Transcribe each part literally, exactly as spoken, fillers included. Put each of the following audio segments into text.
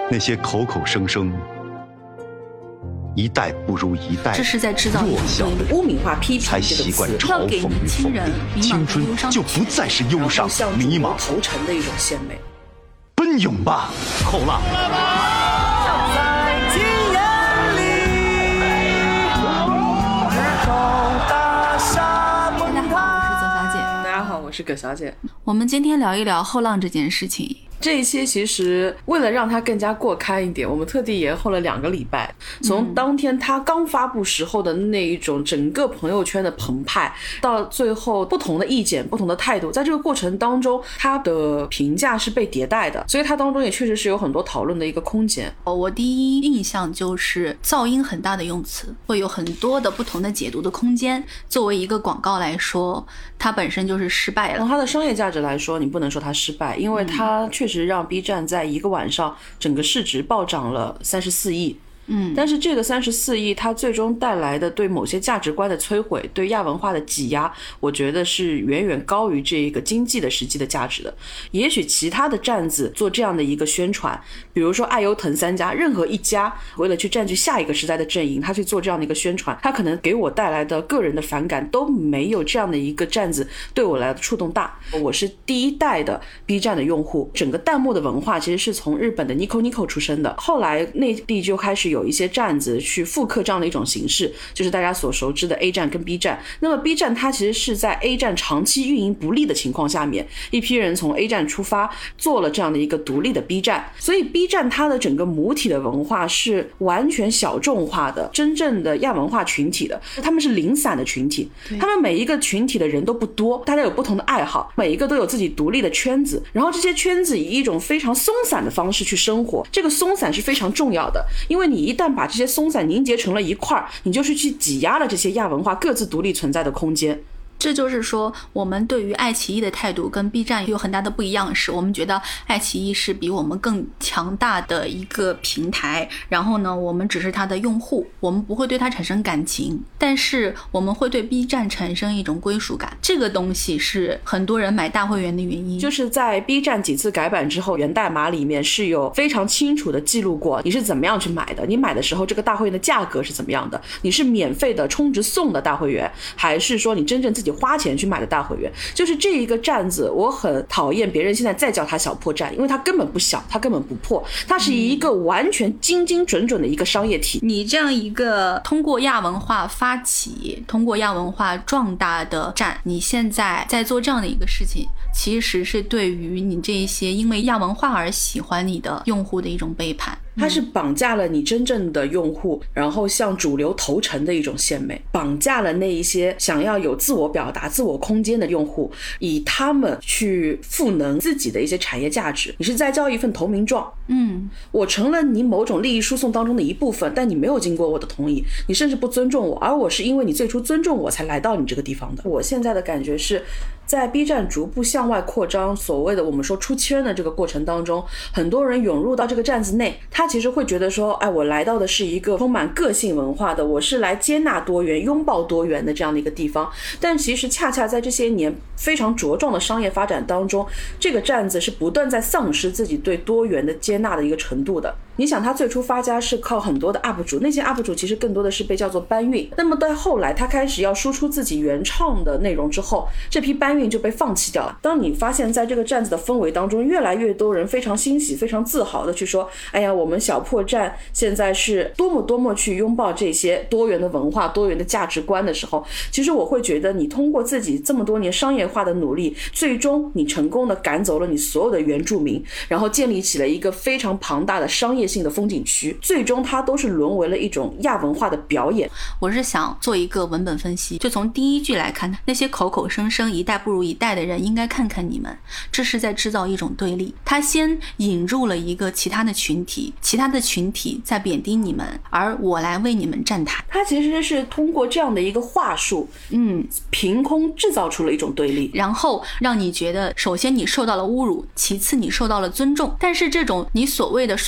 那些口口声声一代不如一代， 这是在制造弱小的污名化批评才习惯嘲讽与否定，青春就不再是忧伤迷茫投诚的一种鲜美。 奔涌吧，后浪！ 在今夜里，大厦大家好，我是邹小姐。 大家好，我是葛小姐。 我们今天聊一聊后浪这件事情。 这一期其实为了让它更加过开一点，我们特地延后了两个礼拜，从当天它刚发布时候的那一种整个朋友圈的澎湃，到最后不同的意见不同的态度，在这个过程当中它的评价是被迭代的，所以它当中也确实是有很多讨论的一个空间。 我第一印象就是噪音很大的用词，会有很多的不同的解读的空间。作为一个广告来说，它本身就是失败了。 从它的商业价值来说，你不能说它失败，因为它确实让 B 站在一个晚上整个市值暴涨了三十四亿。嗯，但是这个三十四亿它最终带来的对某些价值观的摧毁，对亚文化的挤压，我觉得是远远高于这个经济的实际的价值的。也许其他的站子做这样的一个宣传，比如说爱优腾三家，任何一家为了去占据下一个时代的阵营，他去做这样的一个宣传，他可能给我带来的个人的反感都没有这样的一个站子对我来的触动大。我是第一代的 B 站的用户，整个弹幕的文化其实是从日本的 Nico Nico 出生的，后来内地就开始有一些站子去复刻这样的一种形式，就是大家所熟知的 A 站跟 B 站。那么 B 站它其实是在 A 站长期运营不利的情况下面，一批人从 A 站出发做了这样的一个独立的 B 站，所以 B 站它的整个母体的文化是完全小众化的，真正的亚文化群体的，他们是零散的群体，他们每一个群体的人都不多，大家有不同的爱好，每一个都有自己独立的圈子，然后这些圈子以一种非常松散的方式去生活。这个松散是非常重要的，因为你一旦把这些松散凝结成了一块，你就是去挤压了这些亚文化各自独立存在的空间。 这就是说，我们对于爱奇艺的态度跟 B 站有很大的不一样，是我们觉得爱奇艺是比我们更强大的一个平台，然后呢，我们只是它的用户，我们不会对它产生感情，但是我们会对 B 站产生一种归属感。这个东西是很多人买大会员的原因， 就是在 B 站几次改版之后，源代码里面是有非常清楚的记录过你是怎么样去买的，你买的时候这个大会员的价格是怎么样的，你是免费的充值送的大会员，还是说你真正自己花钱去买的大会员。就是这一个站子，我很讨厌别人现在再叫它小破站，因为它根本不小，它根本不破，它是一个完全精精准准的一个商业体。 你这样一个通过亚文化发起，通过亚文化壮大的站，你现在在做这样的一个事情，其实是对于你这一些因为亚文化而喜欢你的用户的一种背叛。 它是绑架了你真正的用户，然后向主流投诚的一种献媚，绑架了那一些想要有自我表达自我空间的用户，以他们去赋能自己的一些产业价值。你是在交一份投名状，嗯，我成了你某种利益输送当中的一部分，但你没有经过我的同意，你甚至不尊重我，而我是因为你最初尊重我才来到你这个地方的。我现在的感觉是，在 B 站逐步向外扩张，所谓的我们说出圈的这个过程当中，很多人涌入到这个站子内，他其实会觉得说，哎，我来到的是一个充满个性文化的，我是来接纳多元拥抱多元的这样的一个地方。但其实恰恰在这些年非常茁壮的商业发展当中，这个站子是不断在丧失自己对多元的接纳的一个程度的。你想，他最初发家是靠很多的 U P 主，那些 U P 主其实更多的是被叫做搬运，那么到后来他开始要输出自己原创的内容之后，这批搬运就被放弃掉了。当你发现在这个站子的氛围当中，越来越多人非常欣喜非常自豪的去说，哎呀，我们小破站现在是多么多么去拥抱这些多元的文化多元的价值观的时候，其实我会觉得你通过自己这么多年商业化的努力，最终你成功的赶走了你所有的原住民，然后建立起了一个非常庞大的商业性的风景区，最终它都是沦为了一种亚文化的表演。 我是想做一个文本分析，就从第一句来看，那些口口声声一代不如一代的人应该看看你们，这是在制造一种对立。他先引入了一个其他的群体，其他的群体在贬低你们，而我来为你们站台。 他其实是通过这样的一个话术，嗯，凭空制造出了一种对立， 然后让你觉得首先你受到了侮辱，其次你受到了尊重。但是这种你所谓的受到的侮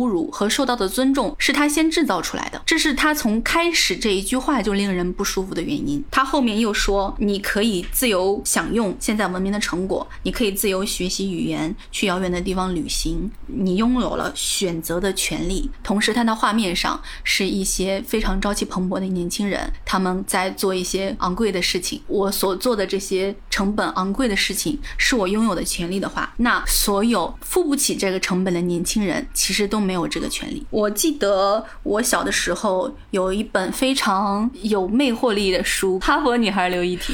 侮辱和受到的尊重是他先制造出来的，这是他从开始这一句话就令人不舒服的原因。他后面又说，你可以自由享用现在文明的成果，你可以自由学习语言，去遥远的地方旅行，你拥有了选择的权利。同时他的画面上是一些非常朝气蓬勃的年轻人，他们在做一些昂贵的事情，我所做的这些成本昂贵的事情是我拥有的权利的话，那所有付不起这个成本的年轻人其实都没有这个权利。我记得我小的时候有一本非常有魅惑力的书，哈佛女孩刘亦婷。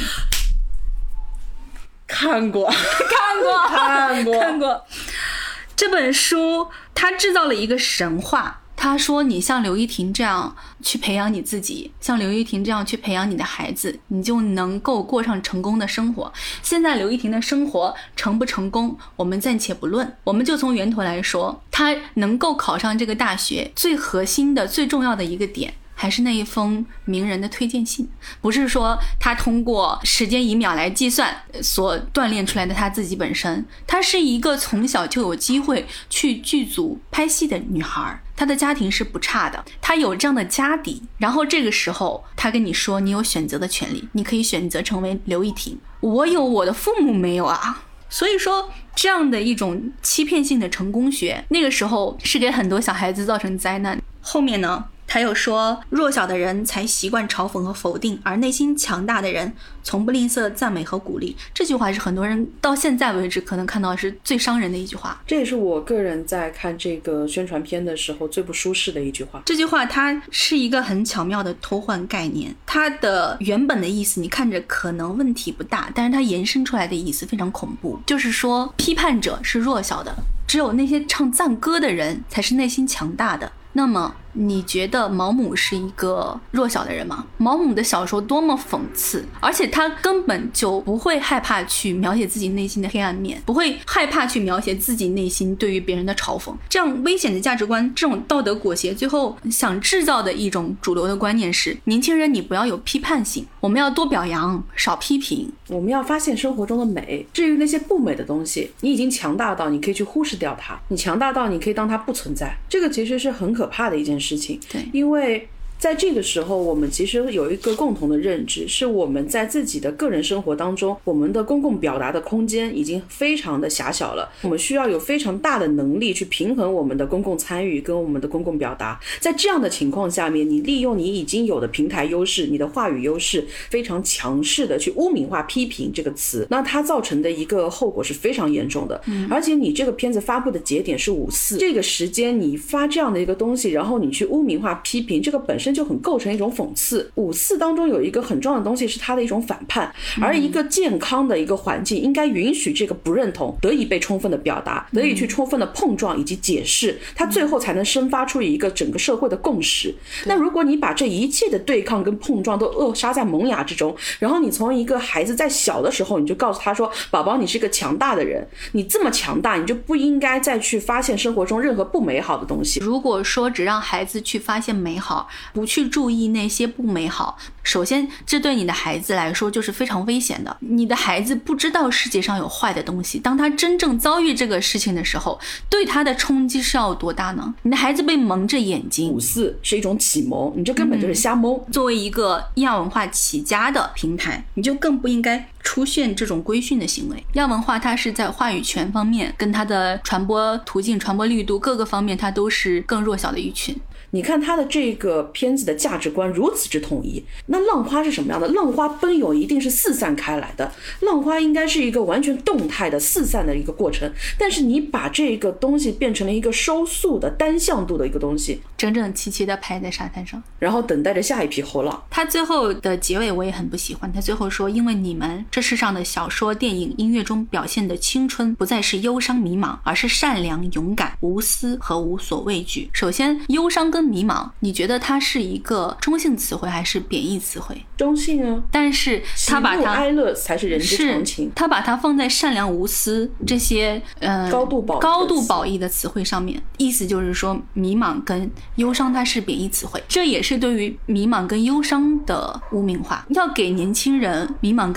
看过看过看过看过这本书，它制造了一个神话。他说你像刘亦婷这样去培养你自己，像刘亦婷这样去培养你的孩子，你就能够过上成功的生活。现在刘亦婷的生活成不成功我们暂且不论，我们就从源头来说，他能够考上这个大学最核心的最重要的一个点还是那一封名人的推荐信，不是说他通过时间以秒来计算所锻炼出来的他自己本身。她是一个从小就有机会去剧组拍戏的女孩，她的家庭是不差的，她有这样的家底，然后这个时候她跟你说你有选择的权利，你可以选择成为刘亦婷。我有，我的父母没有啊。所以说这样的一种欺骗性的成功学，那个时候是给很多小孩子造成灾难。后面呢他又说，弱小的人才习惯嘲讽和否定，而内心强大的人从不吝啬赞美和鼓励。这句话是很多人到现在为止可能看到是最伤人的一句话， 这也是我个人在看这个宣传片的时候最不舒适的一句话。 这句话它是一个很巧妙的偷换概念，它的原本的意思你看着可能问题不大，但是它延伸出来的意思非常恐怖，就是说批判者是弱小的，只有那些唱赞歌的人才是内心强大的。那么你觉得毛姆是一个弱小的人吗？毛姆的小说多么讽刺，而且他根本就不会害怕去描写自己内心的黑暗面，不会害怕去描写自己内心对于别人的嘲讽。这样危险的价值观，这种道德裹挟，最后想制造的一种主流的观念是，年轻人你不要有批判性，我们要多表扬少批评， 我们要发现生活中的美。至于那些不美的东西，你已经强大到你可以去忽视掉它，你强大到你可以当它不存在。这个其实是很可怕的一件事情。 对， 因为在这个时候我们其实有一个共同的认知，是我们在自己的个人生活当中，我们的公共表达的空间已经非常的狭小了，我们需要有非常大的能力去平衡我们的公共参与跟我们的公共表达。在这样的情况下面，你利用你已经有的平台优势，你的话语优势，非常强势的去污名化批评这个词，那它造成的一个后果是非常严重的。嗯、而且你这个片子发布的节点是五四，这个时间你发这样的一个东西，然后你去污名化批评，这个本身就很构成一种讽刺。五四当中有一个很重要的东西是它的一种反叛，而一个健康的一个环境应该允许这个不认同得以被充分的表达，得以去充分的碰撞以及解释，它最后才能生发出一个整个社会的共识。那如果你把这一切的对抗跟碰撞都扼杀在萌芽之中，然后你从一个孩子在小的时候你就告诉他说，宝宝你是个强大的人，你这么强大，你就不应该再去发现生活中任何不美好的东西。 如果说只让孩子去发现美好，不去注意那些不美好，首先这对你的孩子来说就是非常危险的。你的孩子不知道世界上有坏的东西，当他真正遭遇这个事情的时候，对他的冲击是要多大呢？你的孩子被蒙着眼睛。 五四是一种启蒙，你这根本就是瞎蒙、 嗯、作为一个亚文化起家的平台，你就更不应该出现这种规训的行为。亚文化它是在话语权方面跟它的传播途径、传播力度各个方面，它都是更弱小的一群。 你看他的这个片子的价值观如此之统一，那浪花是什么样的？浪花奔涌一定是四散开来的，浪花应该是一个完全动态的四散的一个过程，但是你把这个东西变成了一个收束的单向度的一个东西， 整整齐齐的排在沙滩上， 然后等待着下一批后浪。 他最后的结尾我也很不喜欢，他最后说，因为你们这世上的小说、电影、音乐中表现的青春不再是忧伤迷茫，而是善良、勇敢、无私和无所畏惧。首先忧伤跟迷茫，你觉得它是一个中性词汇还是贬义词汇？ 中性啊， 但是他把它喜怒哀乐才是人之常情， 他把它放在善良、无私这些呃高度褒高度褒义的词汇上面，意思就是说迷茫跟忧伤它是贬义词汇，这也是对于迷茫跟忧伤的污名化。要给年轻人迷茫跟忧伤的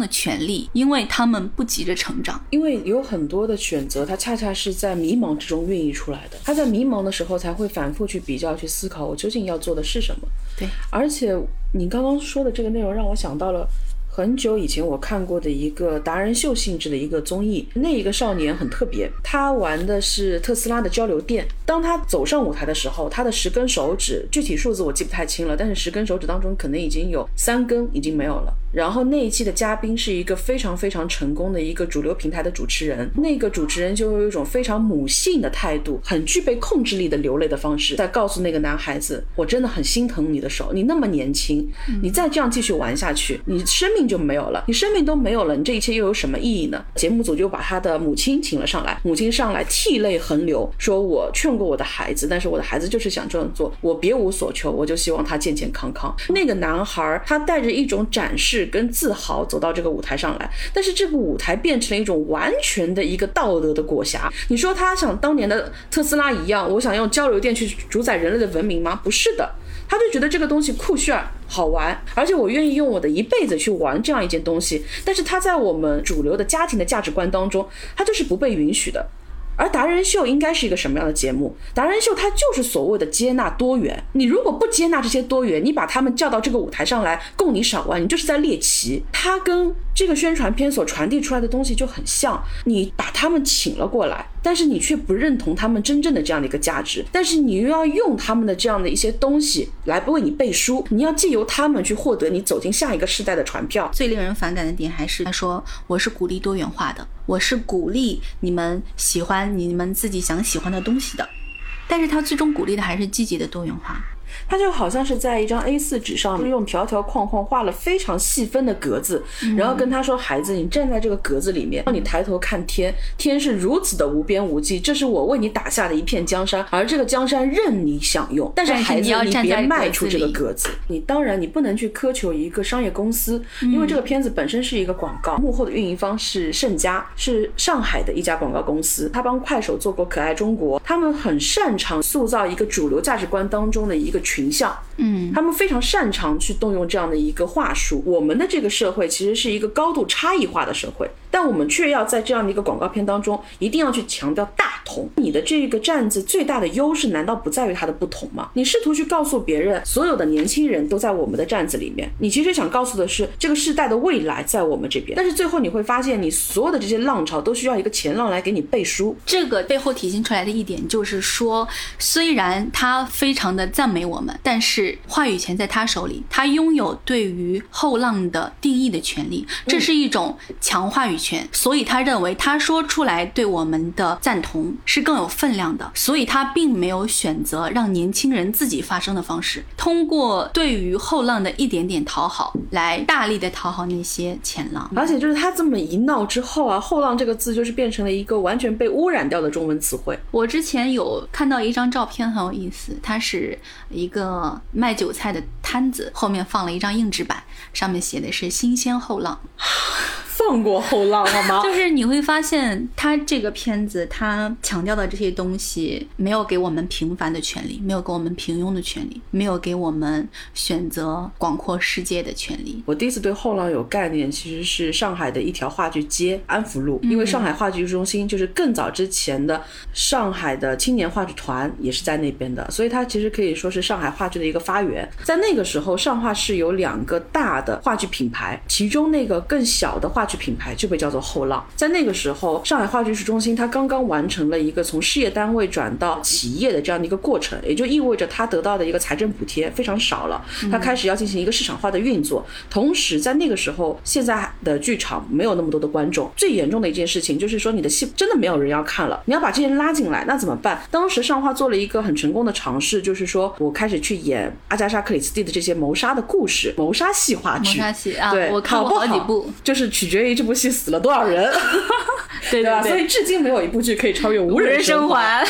的权利，因为他们不急着成长。 因为有很多的选择它恰恰是在迷茫之中孕育出来的，他在迷茫的时候才会反复去比较去思考我究竟要做的是什么。 对， 而且你刚刚说的这个内容让我想到了很久以前我看过的一个达人秀性质的一个综艺，那一个少年很特别，他玩的是特斯拉的交流电。当他走上舞台的时候，他的十根手指，具体数字我记不太清了，但是十根手指当中可能已经有三根已经没有了。然后那一期的嘉宾是一个非常非常成功的一个主流平台的主持人，那个主持人就有一种非常母性的态度，很具备控制力的流泪的方式，在告诉那个男孩子，我真的很心疼你的手，你那么年轻，你再这样继续玩下去，你生命就没有了，你生命都没有了，你这一切又有什么意义呢？节目组就把他的母亲请了上来，母亲上来涕泪横流，说我劝过我的孩子，但是我的孩子就是想这样做，我别无所求，我就希望他健健康康。那个男孩他带着一种展示跟自豪走到这个舞台上来，但是这个舞台变成了一种完全的一个道德的裹挟。你说他想当年的特斯拉一样，我想用交流电去主宰人类的文明吗？不是的，他就觉得这个东西酷炫好玩，而且我愿意用我的一辈子去玩这样一件东西，但是他在我们主流的家庭的价值观当中，他就是不被允许的。而达人秀应该是一个什么样的节目？达人秀它就是所谓的接纳多元，你如果不接纳这些多元，你把他们叫到这个舞台上来供你赏玩，你就是在猎奇。它跟这个宣传片所传递出来的东西就很像，你把他们请了过来，但是你却不认同他们真正的这样的一个价值，但是你又要用他们的这样的一些东西来为你背书，你要借由他们去获得你走进下一个世代的传票。 最令人反感的点还是他说我是鼓励多元化的，我是鼓励你们喜欢你们自己想喜欢的东西的，但是他最终鼓励的还是积极的多元化。 他就好像是在一张 A 四 纸上用条条框框画了非常细分的格子，然后跟他说，孩子，你站在这个格子里面，你抬头看天，天是如此的无边无际，这是我为你打下的一片江山，而这个江山任你享用，但是孩子你别迈出这个格子。你当然你不能去苛求一个商业公司，因为这个片子本身是一个广告，幕后的运营方是盛家，是上海的一家广告公司，他帮快手做过可爱中国，他们很擅长塑造一个主流价值观当中的一个群像，嗯，他们非常擅长去动用这样的一个话术。我们的这个社会其实是一个高度差异化的社会，但我们却要在这样的一个广告片当中一定要去强调大同。你的这个站子最大的优势难道不在于它的不同吗？你试图去告诉别人所有的年轻人都在我们的站子里面，你其实想告诉的是这个世代的未来在我们这边，但是最后你会发现你所有的这些浪潮都需要一个前浪来给你背书。 这个背后体现出来的一点就是说，虽然他非常的赞美我们，但是话语权在他手里，他拥有对于后浪的定义的权利，这是一种强话语权，所以他认为他说出来对我们的赞同是更有分量的，所以他并没有选择让年轻人自己发声的方式，通过对于后浪的一点点讨好来大力的讨好那些前浪。 而且就是他这么一闹之后啊，后浪这个字就是变成了一个完全被污染掉的中文词汇。 我之前有看到一张照片很有意思，它是一个卖韭菜的摊子，后面放了一张硬纸板，上面写的是新鲜后浪。 放过后浪好吗？ 就是你会发现他这个片子他强调的这些东西没有给我们平凡的权利，没有给我们平庸的权利，没有给我们选择广阔世界的权利。 我第一次对后浪有概念其实是上海的一条话剧街安福路，因为上海话剧中心就是更早之前的上海的青年话剧团也是在那边的，所以它其实可以说是上海话剧的一个发源。在那个时候上话是有两个大的话剧品牌，其中那个更小的话剧品牌就被叫做后浪。在那个时候上海话剧中心它刚刚完成了一个从事业单位转到企业的这样的一个过程，也就意味着它得到的一个财政补贴非常少了，它开始要进行一个市场化的运作。同时在那个时候现在的剧场没有那么多的观众，最严重的一件事情就是说你的戏真的没有人要看了，你要把这些人拉进来，那怎么办？当时上话做了一个很成功的尝试，就是说我开始去演阿加莎克里斯蒂的这些谋杀的故事，谋杀戏话剧。 谋杀戏啊， 对， 我看过好几部， 好不好就是取决于这部戏死了多少人。 对对对， 所以至今没有一部剧可以超越无无人生还。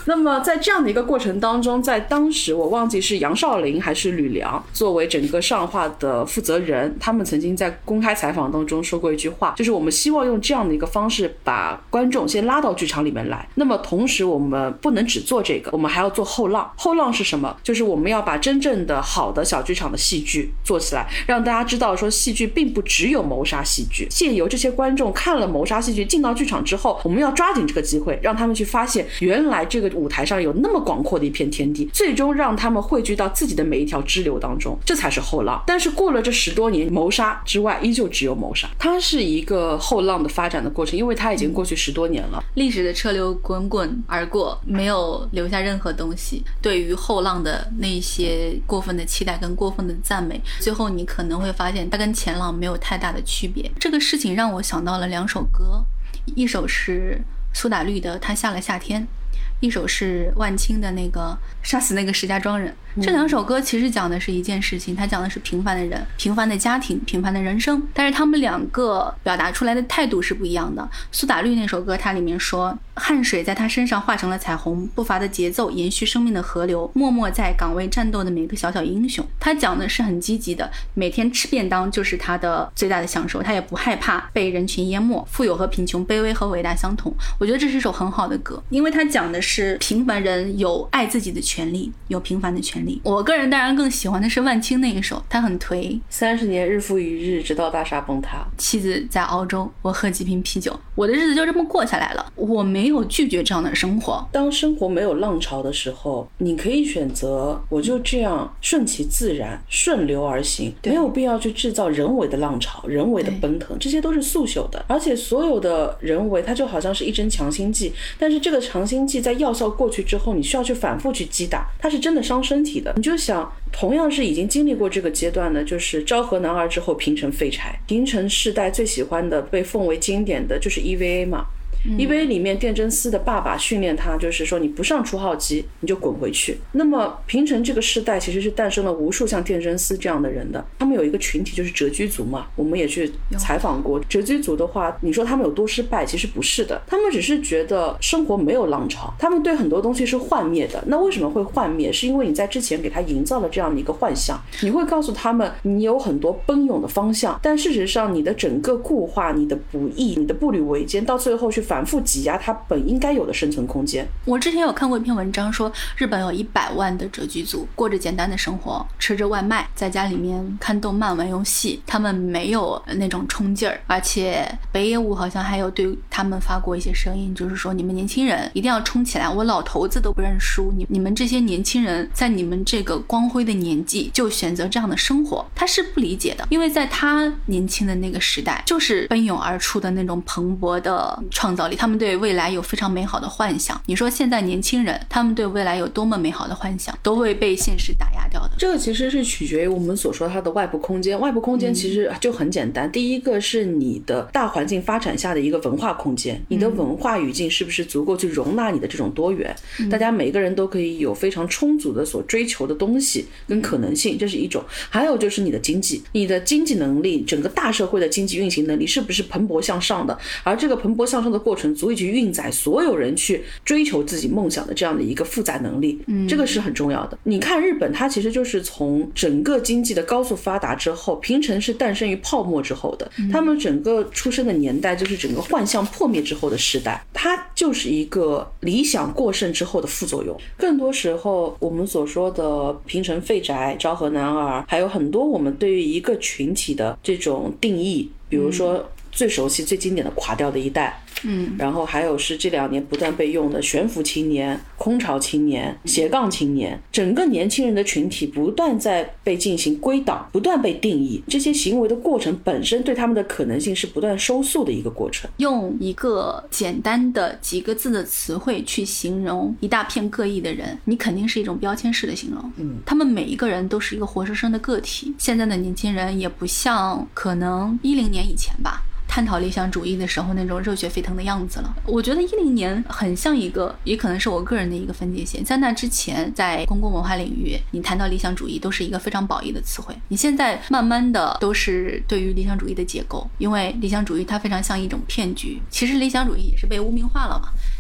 那么在这样的一个过程当中，在当时我忘记是杨少林还是吕梁作为整个上画的负责人，他们曾经在公开采访当中说过一句话，就是我们希望用这样的一个方式把观众先拉到剧场里面来，那么同时我们不能只做这个，我们还要做后浪。后浪是什么？就是我们要把真正的好的小剧场的戏剧做起来，让大家知道说戏剧并不只有谋杀戏剧，借由这些观众看了谋杀戏剧进到剧场之后，我们要抓紧这个机会，让他们去发现原来这个舞台上有那么广阔的一片天地，最终让他们汇聚到自己的每一条支流当中，这才是后浪。但是过了这十多年，谋杀之外依旧只有谋杀，它是一个后浪的发展的过程，因为它已经过去十多年了。 历史的车流滚滚而过，没有留下任何东西。对于后浪的那些过分的期待跟过分的赞美，最后你可能会发现它跟前浪没有太大的区别。这个事情让我想到了两首歌，一首是苏打绿的《他下了夏天》，一首是万青的那个杀死那个石家庄人。这两首歌其实讲的是一件事情，它讲的是平凡的人、平凡的家庭、平凡的人生，但是他们两个表达出来的态度是不一样的。苏打绿那首歌它里面说，汗水在他身上化成了彩虹，步伐的节奏延续生命的河流，默默在岗位战斗的每个小小英雄。他讲的是很积极的，每天吃便当就是他的最大的享受，他也不害怕被人群淹没，富有和贫穷，卑微和伟大相同。我觉得这是一首很好的歌，因为他讲的是平凡人有爱自己的权利，有平凡的权利。我个人当然更喜欢的是万青那一首，他很颓， 三十年日复一日，直到大厦崩塌， 妻子在澳洲，我喝几瓶啤酒，我的日子就这么过下来了。我没有拒绝这样的生活。 当生活没有浪潮的时候，你可以选择我就这样顺其自然，顺流而行，没有必要去制造人为的浪潮，人为的奔腾，这些都是速朽的。而且所有的人为它就好像是一针强心剂，但是这个强心剂在药效过去之后，你需要去反复去击打，它是真的伤身体的。你就想同样是已经经历过这个阶段的，就是昭和男儿之后平成废柴，平成世代最喜欢的被奉为经典的就是 E V A 嘛。E V A 里面电真丝的爸爸训练他，就是说你不上除号机你就滚回去。那么平成这个时代其实是诞生了无数像电真丝这样的人的，他们有一个群体就是谪居族嘛，我们也去采访过谪居族的话，你说他们有多失败，其实不是的，他们只是觉得生活没有浪潮，他们对很多东西是幻灭的。那为什么会幻灭？是因为你在之前给他营造了这样的一个幻象，你会告诉他们你有很多奔涌的方向，但事实上你的整个固化、你的不义、你的步履维艰，到最后去反复挤压它本应该有的生存空间。 我之前有看过一篇文章说，日本有一百万的谪居族，过着简单的生活，吃着外卖，在家里面看动漫玩游戏，他们没有那种冲劲儿。而且北野武好像还有对他们发过一些声音，就是说你们年轻人一定要冲起来，我老头子都不认输，你你们这些年轻人在你们这个光辉的年纪就选择这样的生活。他是不理解的，因为在他年轻的那个时代就是奔涌而出的那种蓬勃的创造力，他们对未来有非常美好的幻想。你说现在年轻人他们对未来有多么美好的幻想，都会被现实打压掉的。 这个其实是取决于我们所说它的外部空间。外部空间其实就很简单、嗯、第一个是你的大环境发展下的一个文化空间，你的文化语境是不是足够去容纳你的这种多元、嗯、大家每个人都可以有非常充足的所追求的东西跟可能性，这是一种。还有就是你的经济，你的经济能力，整个大社会的经济运行能力是不是蓬勃向上的，而这个蓬勃向上的过程足以去运载所有人去追求自己梦想的这样的一个负载能力，嗯，这个是很重要的。你看日本，它其实就是从整个经济的高速发达之后，平成是诞生于泡沫之后的，他们整个出生的年代就是整个幻象破灭之后的时代，它就是一个理想过剩之后的副作用。更多时候我们所说的平成废宅、昭和男儿，还有很多我们对于一个群体的这种定义，比如说最熟悉最经典的垮掉的一代，嗯，然后还有是这两年不断被用的悬浮青年、空巢青年、斜杠青年，整个年轻人的群体不断在被进行归档，不断被定义，这些行为的过程本身对他们的可能性是不断收束的一个过程。 用一个简单的几个字的词汇去形容一大片各异的人，你肯定是一种标签式的形容，嗯，他们每一个人都是一个活生生的个体。现在的年轻人也不像可能一零年以前吧，探讨理想主义的时候那种热血沸腾的样子了。我觉得一零年很像一个，也可能是我个人的一个分界线。在那之前，在公共文化领域，你谈到理想主义都是一个非常褒义的词汇。你现在慢慢的都是对于理想主义的解构，因为理想主义它非常像一种骗局。其实理想主义也是被污名化了嘛。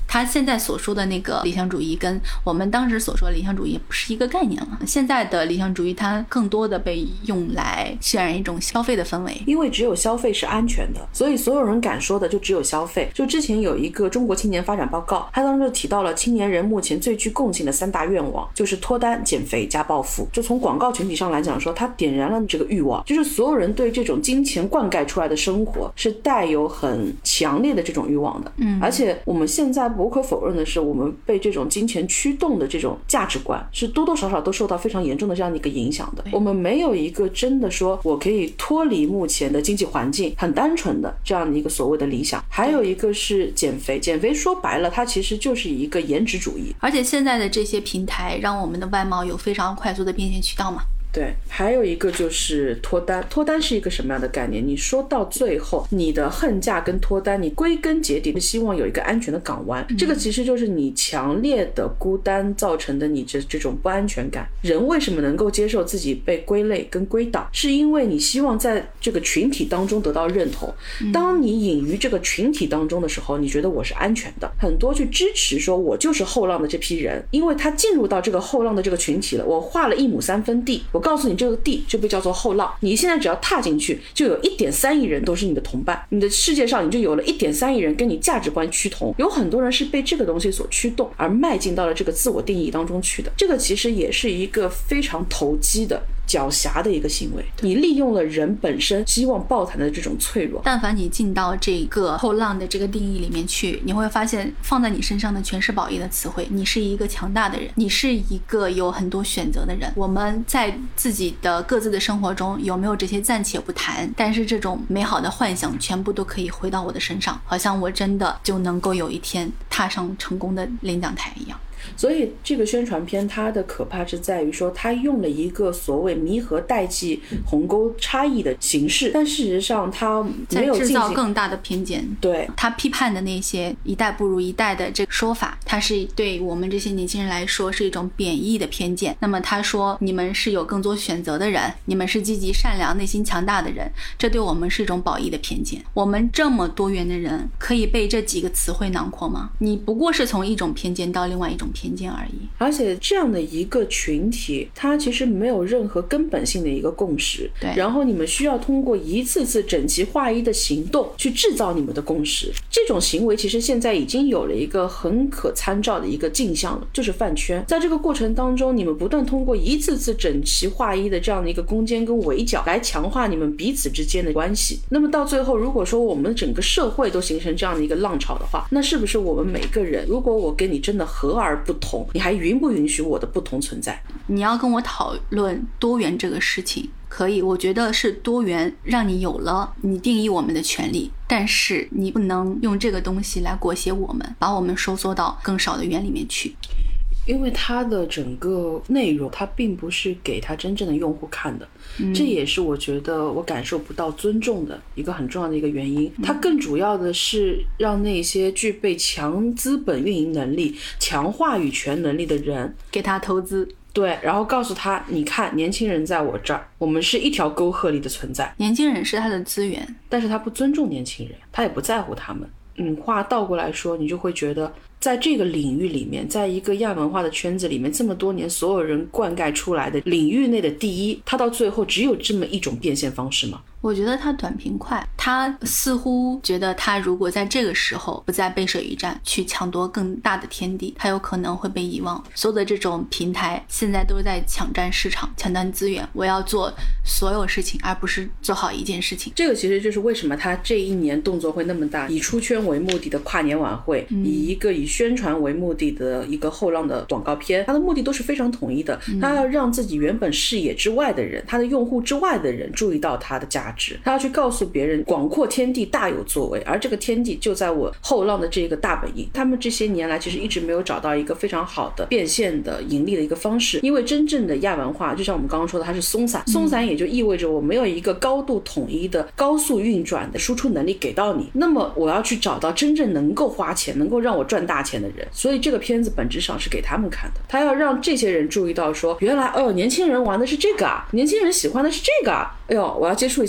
他现在所说的那个理想主义跟我们当时所说的理想主义不是一个概念了。现在的理想主义它更多的被用来渲染一种消费的氛围， 因为只有消费是安全的，所以所有人敢说的就只有消费。就之前有一个中国青年发展报告，他当时提到了青年人目前最具共性的三大愿望，就是脱单、减肥加暴富。就从广告群体上来讲说，它点燃了这个欲望，就是所有人对这种金钱灌溉出来的生活是带有很强烈的这种欲望的。嗯，而且我们现在不可否认的是，我们被这种金钱驱动的这种价值观是多多少少都受到非常严重的这样的一个影响的。我们没有一个真的说我可以脱离目前的经济环境很单纯的这样的一个所谓的理想。还有一个是减肥，减肥说白了它其实就是一个颜值主义， 而且现在的这些平台让我们的外貌有非常快速的变现渠道嘛。 对，还有一个就是脱单。脱单是一个什么样的概念？你说到最后，你的恨嫁跟脱单，你归根结底是希望有一个安全的港湾。嗯、这个其实就是你强烈的孤单造成的你这这种不安全感。人为什么能够接受自己被归类跟归档？是因为你希望在这个群体当中得到认同。当你隐于这个群体当中的时候，你觉得我是安全的。很多去支持说我就是后浪的这批人，因为他进入到这个后浪的这个群体了。我画了一亩三分地，我告诉你这个地就被叫做后浪，你现在只要踏进去，就有一点三亿人都是你的同伴，你的世界上你就有了一点三亿人跟你价值观趋同。有很多人是被这个东西所驱动而迈进到了这个自我定义当中去的。这个其实也是一个非常投机的狡黠的一个行为，你利用了人本身希望爆弹的这种脆弱。 但凡你进到这个后浪的这个定义里面去，你会发现放在你身上的全是褒义的词汇。你是一个强大的人，你是一个有很多选择的人。我们在自己的各自的生活中有没有这些暂且不谈，但是这种美好的幻想全部都可以回到我的身上，好像我真的就能够有一天踏上成功的领奖台一样。 所以这个宣传片它的可怕是在于说，它用了一个所谓弥合代际鸿沟差异的形式，但事实上它没有在制造更大的偏见。 对， 他批判的那些一代不如一代的这个说法，它是对我们这些年轻人来说是一种贬义的偏见。那么他说你们是有更多选择的人，你们是积极善良内心强大的人，这对我们是一种褒义的偏见。我们这么多元的人可以被这几个词汇囊括吗？你不过是从一种偏见到另外一种偏见而已。 而且这样的一个群体，它其实没有任何根本性的一个共识。 对， 然后你们需要通过一次次整齐划一的行动去制造你们的共识。这种行为其实现在已经有了一个很可参照的一个镜像了，就是饭圈。在这个过程当中，你们不断通过一次次整齐划一的这样的一个攻坚跟围剿来强化你们彼此之间的关系。那么到最后，如果说我们整个社会都形成这样的一个浪潮的话，那是不是我们每个人，如果我跟你真的和而不同，你还允不允许我的不同存在？ 你要跟我讨论多元这个事情可以，我觉得是多元让你有了你定义我们的权利，但是你不能用这个东西来裹挟我们，把我们收缩到更少的圆里面去。 因为它的整个内容它并不是给它真正的用户看的、嗯、这也是我觉得我感受不到尊重的一个很重要的一个原因。它更主要的是让那些具备强资本运营能力、强话语权能力的人给他投资， 对，然后告诉他，你看年轻人在我这儿，我们是一条沟壑里的存在， 年轻人是他的资源， 但是他不尊重年轻人，他也不在乎他们。嗯，话倒过来说，你就会觉得在这个领域里面，在一个亚文化的圈子里面，这么多年所有人灌溉出来的领域内的第一，他到最后只有这么一种变现方式吗？ 我觉得他短平快，他似乎觉得他如果在这个时候不再背水一战去抢夺更大的天地，他有可能会被遗忘。所有的这种平台现在都在抢占市场、抢占资源，我要做所有事情而不是做好一件事情。 这个其实就是为什么他这一年动作会那么大，以出圈为目的的跨年晚会、嗯、以一个以宣传为目的的一个后浪的广告片，他的目的都是非常统一的，他要让自己原本视野之外的人，他的用户之外的人注意到他的价值，他要去告诉别人广阔天地大有作为，而这个天地就在我后浪的这个大本营。他们这些年来其实一直没有找到一个非常好的变现的盈利的一个方式，因为真正的亚文化就像我们刚刚说的，它是松散，松散也就意味着我没有一个高度统一的高速运转的输出能力给到你，那么我要去找到真正能够花钱能够让我赚大钱的人。所以这个片子本质上是给他们看的，他要让这些人注意到说，原来哦，年轻人玩的是这个啊，年轻人喜欢的是这个啊，哎呦，我要接触一下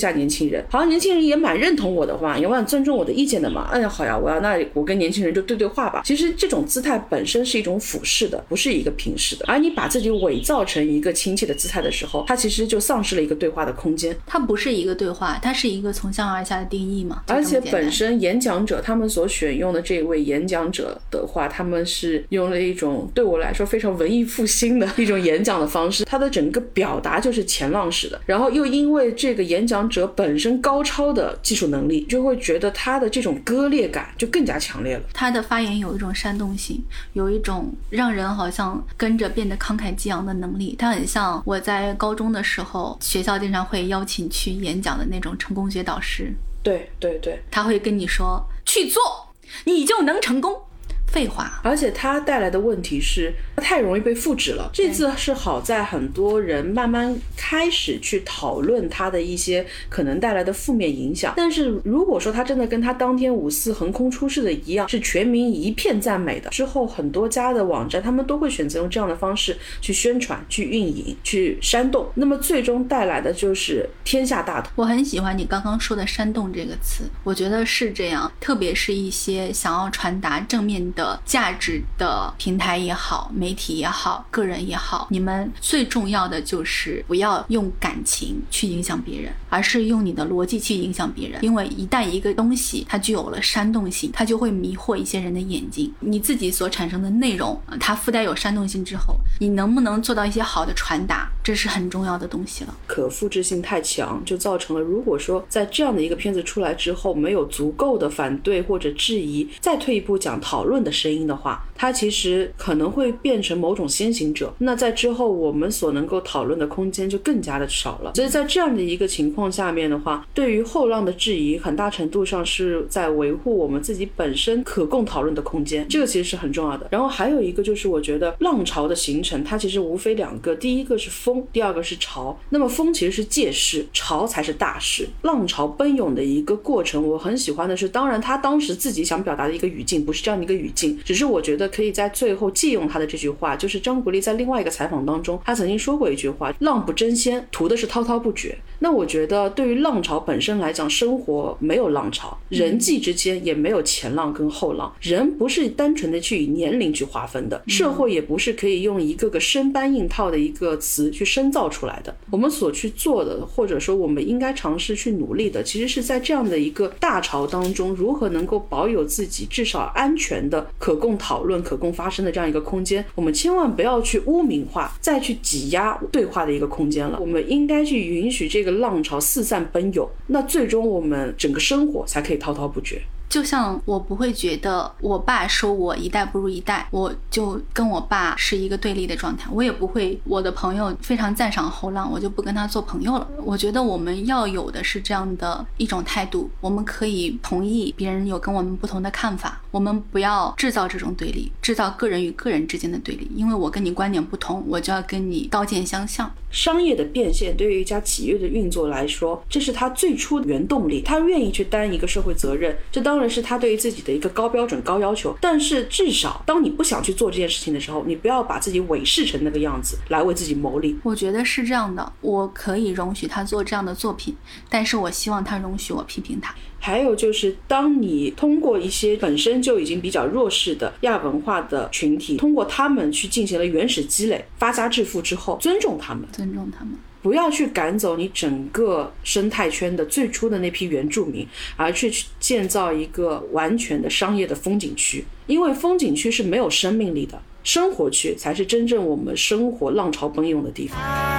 下年轻人，好像年轻人也蛮认同我的话，也蛮尊重我的意见的嘛。哎呀，好呀，我要那我跟年轻人就对对话吧。其实这种姿态本身是一种俯视的，不是一个平视的。而你把自己伪造成一个亲切的姿态的时候，它其实就丧失了一个对话的空间。 它不是一个对话，它是一个从上而下的定义嘛。 而且本身演讲者他们所选用的这位演讲者的话，他们是用了一种对我来说非常文艺复兴的一种演讲的方式，他的整个表达就是前浪式的，然后又因为这个演讲者本身高超的技术能力，就会觉得他的这种割裂感就更加强烈了。 他的发言有一种煽动性，有一种让人好像跟着变得慷慨激昂的能力。他很像我在高中的时候，学校经常会邀请去演讲的那种成功学导师。 对对对， 他会跟你说去做，你就能成功。废话。 而且它带来的问题是它太容易被复制了。这次是好在很多人慢慢开始去讨论它的一些可能带来的负面影响，但是如果说它真的跟它当天五四横空出世的一样，是全民一片赞美的，之后很多家的网站他们都会选择用这样的方式去宣传、去运营、去煽动，那么最终带来的就是天下大同。 我很喜欢你刚刚说的煽动这个词，我觉得是这样，特别是一些想要传达正面的价值的平台也好，媒体也好，个人也好，你们最重要的就是不要用感情去影响别人，而是用你的逻辑去影响别人。因为一旦一个东西它具有了煽动性，它就会迷惑一些人的眼睛。你自己所产生的内容它附带有煽动性之后，你能不能做到一些好的传达，这是很重要的东西了。 可复制性太强，就造成了如果说在这样的一个片子出来之后没有足够的反对或者质疑，再退一步讲讨论的声音的话，它其实可能会变成某种先行者，那在之后我们所能够讨论的空间就更加的少了。所以在这样的一个情况下面的话，对于后浪的质疑很大程度上是在维护我们自己本身可供讨论的空间，这个其实是很重要的。然后还有一个就是我觉得浪潮的形成它其实无非两个，第一个是风，第二个是潮。那么风其实是借势，潮才是大势。浪潮奔涌的一个过程，我很喜欢的是，当然他当时自己想表达的一个语境不是这样的一个语境，只是我觉得可以在最后借用他的这句话，就是张国立在另外一个采访当中他曾经说过一句话，浪不争先，图的是滔滔不绝。那我觉得对于浪潮本身来讲，生活没有浪潮，人际之间也没有前浪跟后浪，人不是单纯的去以年龄去划分的，社会也不是可以用一个个生搬硬套的一个词去深造出来的。我们所去做的，或者说我们应该尝试去努力的，其实是在这样的一个大潮当中，如何能够保有自己至少安全的可供讨论可供发生的这样一个空间。我们千万不要去污名化再去挤压对话的一个空间了，我们应该去允许这个浪潮四散奔涌，那最终我们整个生活才可以滔滔不绝。 就像我不会觉得我爸说我一代不如一代，我就跟我爸是一个对立的状态，我也不会我的朋友非常赞赏后浪，我就不跟他做朋友了。我觉得我们要有的是这样的一种态度，我们可以同意别人有跟我们不同的看法，我们不要制造这种对立，制造个人与个人之间的对立，因为我跟你观点不同，我就要跟你刀剑相向。 商业的变现对于一家企业的运作来说，这是他最初的原动力，他愿意去担一个社会责任，这当然是他对于自己的一个高标准高要求。但是至少当你不想去做这件事情的时候，你不要把自己伪饰成那个样子来为自己谋利。 我觉得是这样的，我可以容许他做这样的作品，但是我希望他容许我批评他。 还有就是当你通过一些本身就已经比较弱势的亚文化的群体，通过他们去进行了原始积累发家致富之后，尊重他们， 尊重他们， 不要去赶走你整个生态圈的最初的那批原住民，而去建造一个完全的商业的风景区。因为风景区是没有生命力的，生活区才是真正我们生活浪潮奔涌的地方。